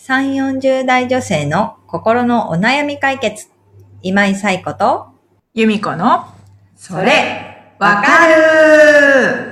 3、40代女性の心のお悩み解決。今井彩子と由美子のそれわかる。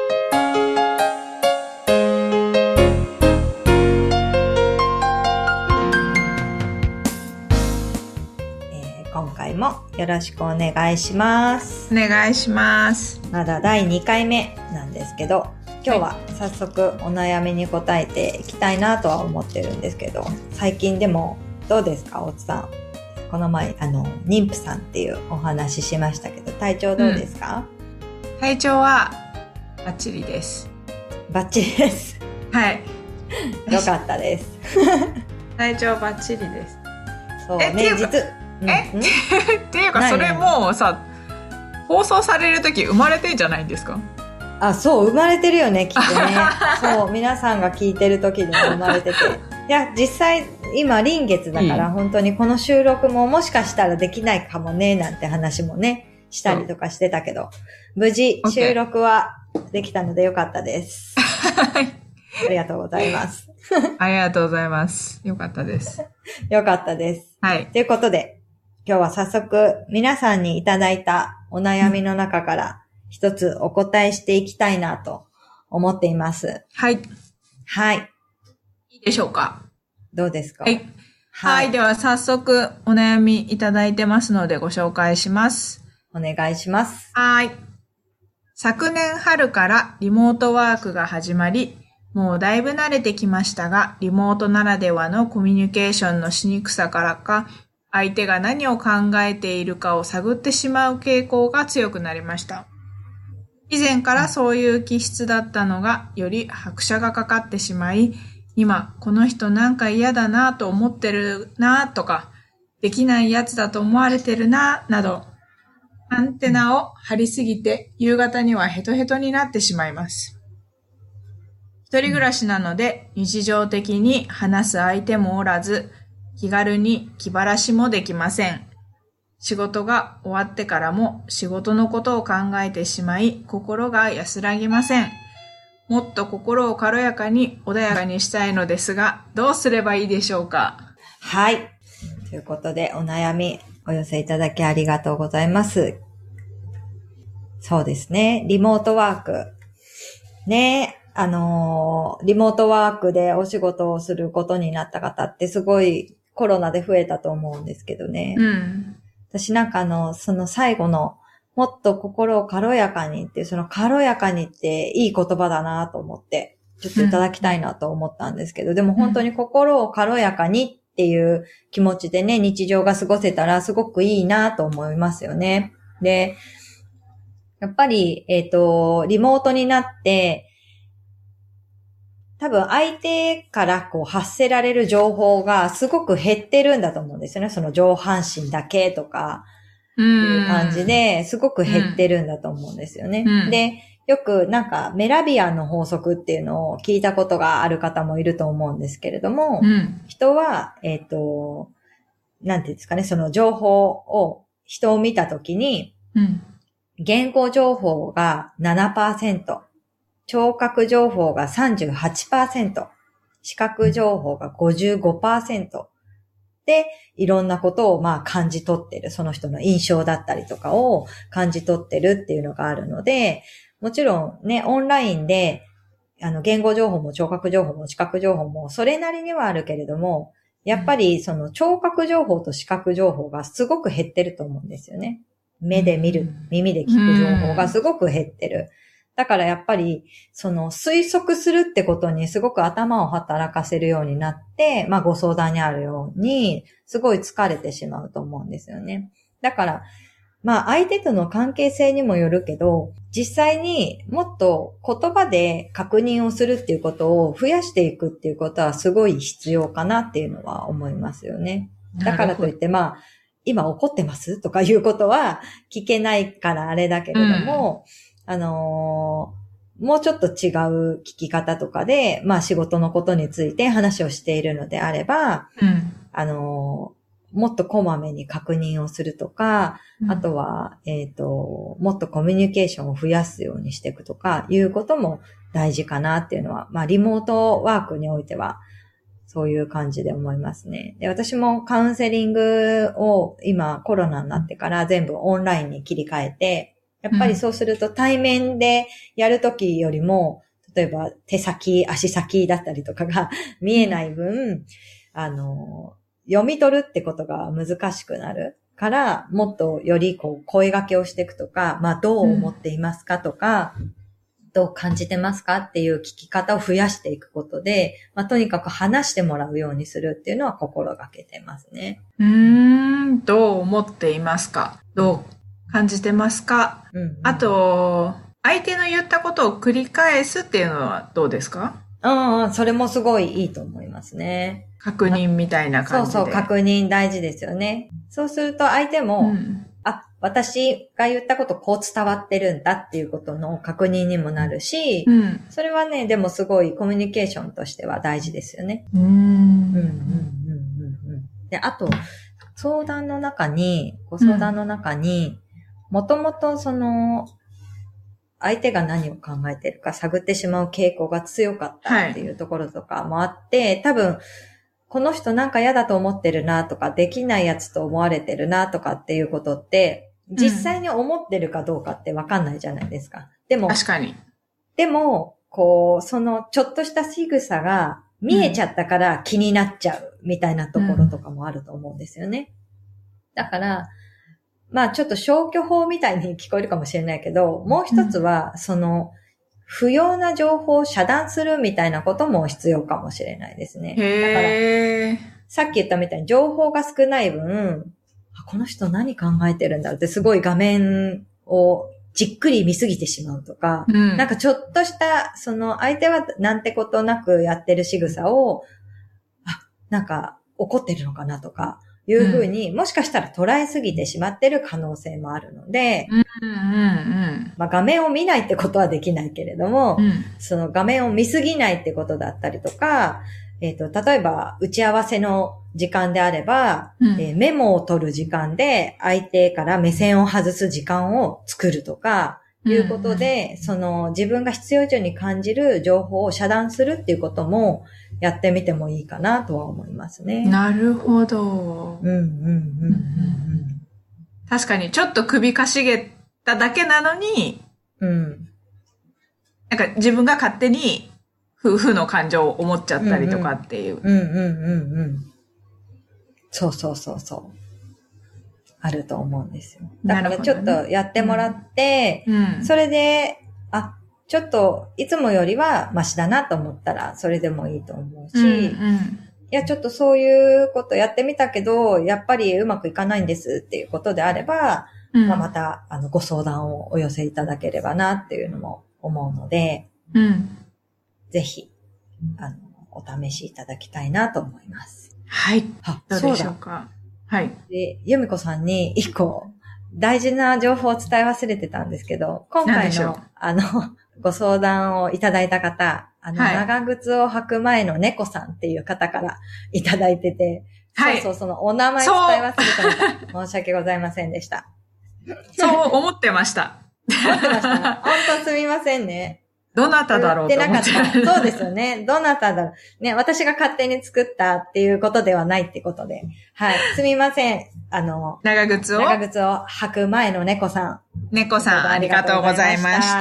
今回もよろしくお願いします。 お願いします。 まだ第2回目なんですけど、今日は早速お悩みに答えていきたいなとは思ってるんですけど、最近でもどうですか、大津さん。この前妊婦さんっていうお話しましたけど、体調どうですか？ 体調はバッチリです。 バッチリです。 はい。 よかったです。 体調バッチリです。 そうね、 っていうかそれもうさ、放送される時生まれてんじゃないんですか？ あ、そう生まれてるよね、きっとね。そう皆さんが聞いてる時に生まれてて、いや実際今臨月だから、本当にこの収録ももしかしたらできないかもねなんて話もねしたりとかしてたけど、無事収録はできたのでよかったです。ありがとうございます。 ありがとうございます。よかったです。 よかったです。 はい。 ということで、今日は早速皆さんにいただいたお悩みの中から一つお答えしていきたいなと思っています。 はい。 はい。 いいでしょうか？ どうですか？ はい。はい。では早速お悩みいただいてますのでご紹介します。 お願いします。 はい。昨年春からリモートワークが始まり、もうだいぶ慣れてきましたが、リモートならではのコミュニケーションのしにくさからか、相手が何を考えているかを探ってしまう傾向が強くなりました。以前からそういう気質だったのが、より拍車がかかってしまい、今この人なんか嫌だなと思ってるなとか、できないやつだと思われてるななど、アンテナを張りすぎて夕方にはヘトヘトになってしまいます。一人暮らしなので日常的に話す相手もおらず、気軽に気晴らしもできません。仕事が終わってからも仕事のことを考えてしまい、心が安らぎません。もっと心を軽やかに穏やかにしたいのですが、どうすればいいでしょうか？ はい。ということでお悩みお寄せいただきありがとうございます。そうですね。リモートワーク。ね、リモートワークでお仕事をすることになった方ってすごいコロナで増えたと思うんですけどね。私なんかその最後のもっと心を軽やかにって、その軽やかにっていい言葉だなと思って、ちょっといただきたいなと思ったんですけど、でも本当に心を軽やかにっていう気持ちでね、日常が過ごせたらすごくいいなと思いますよね。で、やっぱり、リモートになって、多分相手からこう発せられる情報がすごく減ってるんだと思うんですよね。その上半身だけとか、いう感じですごく減ってるんだと思うんですよね。で、よくなんかメラビアンの法則っていうのを聞いたことがある方もいると思うんですけれども、人は、なんていうんですかね、その情報を、人を見たときに、言語情報が 7%、聴覚情報が 38%、視覚情報が 55%で、いろんなことを感じ取ってる、その人の印象だったりとかを感じ取ってるっていうのがあるので、もちろんね、オンラインで、言語情報も聴覚情報も視覚情報もそれなりにはあるけれども、やっぱりその聴覚情報と視覚情報がすごく減ってると思うんですよね。目で見る、耳で聞く情報がすごく減ってる。だからやっぱり、その推測するってことにすごく頭を働かせるようになって、ご相談にあるように、すごい疲れてしまうと思うんですよね。だから、相手との関係性にもよるけど、実際にもっと言葉で確認をするっていうことを増やしていくっていうことはすごい必要かなっていうのは思いますよね。だからといって今怒ってますとかいうことは聞けないからあれだけれども、もうちょっと違う聞き方とかで、仕事のことについて話をしているのであれば、もっとこまめに確認をするとか、あとは、もっとコミュニケーションを増やすようにしていくとかいうことも大事かなっていうのは、リモートワークにおいては、 そういう感じで思いますね。で、私もカウンセリングを今コロナになってから全部オンラインに切り替えて、やっぱりそうすると対面でやるときよりも、例えば手先、足先だったりとかが見えない分、読み取るってことが難しくなるから、もっとよりこう声掛けをしていくとか、まあどう思っていますかとか、どう感じてますかっていう聞き方を増やしていくことで、まあとにかく話してもらうようにするっていうのは心がけてますね。 どう思っていますか？どう感じてますか？あと、相手の言ったことを繰り返すっていうのはどうですか？ それもすごいいいと思いますね。 確認みたいな感じで。 そうそう、確認大事ですよね。そうすると相手も、私が言ったことこう伝わってるんだっていうことの確認にもなるし、それはね、でもすごいコミュニケーションとしては大事ですよね。で、あと、ご相談の中に、もともと相手が何を考えてるか探ってしまう傾向が強かったっていうところとかもあって、多分、この人なんか嫌だと思ってるなとか、できないやつと思われてるなとかっていうことって、実際に思ってるかどうかってわかんないじゃないですか。でも、 確かに。 でも、こう、そのちょっとした仕草が見えちゃったから気になっちゃうみたいなところとかもあると思うんですよね。だから、まあちょっと消去法みたいに聞こえるかもしれないけど、もう一つは、不要な情報を遮断するみたいなことも必要かもしれないですね。だから、さっき言ったみたいに情報が少ない分、この人何考えてるんだろうってすごい画面をじっくり見すぎてしまうとか、なんかちょっとした、相手はなんてことなくやってる仕草を、なんか怒ってるのかなとか、いうふうに、もしかしたら捉えすぎてしまってる可能性もあるので、まあ、画面を見ないってことはできないけれども、その画面を見すぎないってことだったりとか、例えば打ち合わせの時間であれば、メモを取る時間で相手から目線を外す時間を作るとか、いうことで、自分が必要以上に感じる情報を遮断するっていうこともやってみてもいいかなとは思いますね。 なるほど。確かにちょっと首かしげただけなのに、なんか自分が勝手に夫婦の感情を思っちゃったりとかっていう。 そうそうそうそう。あると思うんですよ。だからちょっとやってもらって、それで、ちょっといつもよりはマシだなと思ったらそれでもいいと思うし、いやちょっとそういうことやってみたけど、やっぱりうまくいかないんですっていうことであれば、またご相談をお寄せいただければなっていうのも思うので、ぜひお試しいただきたいなと思います。 はい。どうでしょうか。はい。 で、由美子さんに一個大事な情報を伝え忘れてたんですけど、今回のご相談をいただいた方、長靴を履く前の猫さんっていう方からいただいてて、そのお名前伝え忘れてました。申し訳ございませんでした。 そう思ってました。 思ってました。本当すみませんね。 どなただろうと思って。 そうですよね。どなただろう。ね、私が勝手に作ったっていうことではないってことで。はい。すみません。 長靴を履く前の猫さん。 猫さん、ありがとうございました。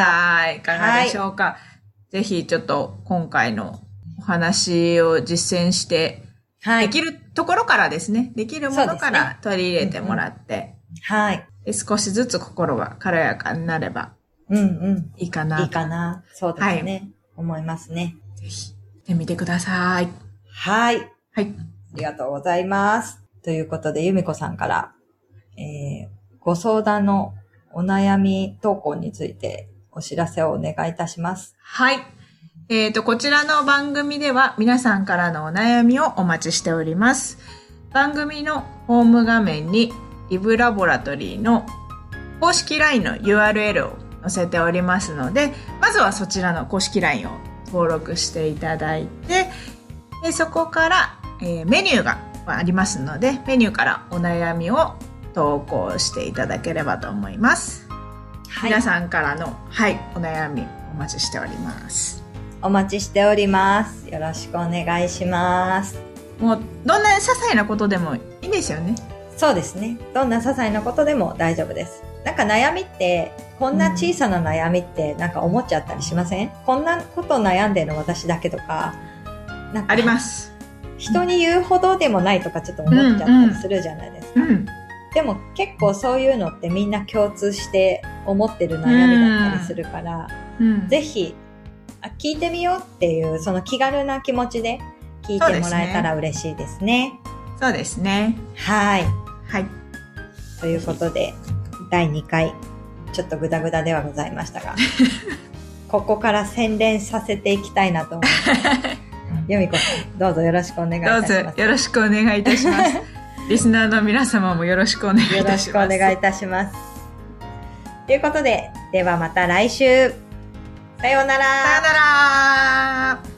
いかがでしょうか。ぜひちょっと今回のお話を実践して、できるところからですね、できるものから取り入れてもらって、少しずつ心が軽やかになれば、いいかな。 いいかな。そうですね。思いますね。 ぜひ、してみてください。 はい。ありがとうございます。ということで、由美子さんから、ご相談のお悩み投稿についてお知らせをお願いいたします。 はい。こちらの番組では皆さんからのお悩みをお待ちしております。番組のホーム画面にリブラボラトリーの公式 LINE の URL を載せておりますので、まずはそちらの公式 LINE を登録していただいて、そこから、メニューがありますので、メニューからお悩みを投稿していただければと思います。皆さんからの、お悩みお待ちしております。 お待ちしております。よろしくお願いします。 もうどんな些細なことでもいいですよね。 そうですね。どんな些細なことでも大丈夫です。なんか悩みって、こんな小さな悩みってなんか思っちゃったりしません？こんなこと悩んでるの私だけとか、 なんかあります。 人に言うほどでもないとかちょっと思っちゃったりするじゃないですか。でも結構そういうのってみんな共通して思ってる悩みだったりするから、ぜひ聞いてみようっていうその気軽な気持ちで聞いてもらえたら嬉しいですね。 そうですね。 はい。 はい。 ということで、第2回、ちょっとグダグダではございましたが、ここから洗練させていきたいなと思います。由美子さん、どうぞよろしくお願いいたします。 どうぞよろしくお願いいたします。リスナーの皆様もよろしくお願いいたします。 よろしくお願いいたします。ということで、ではまた来週。さようなら。 さようなら。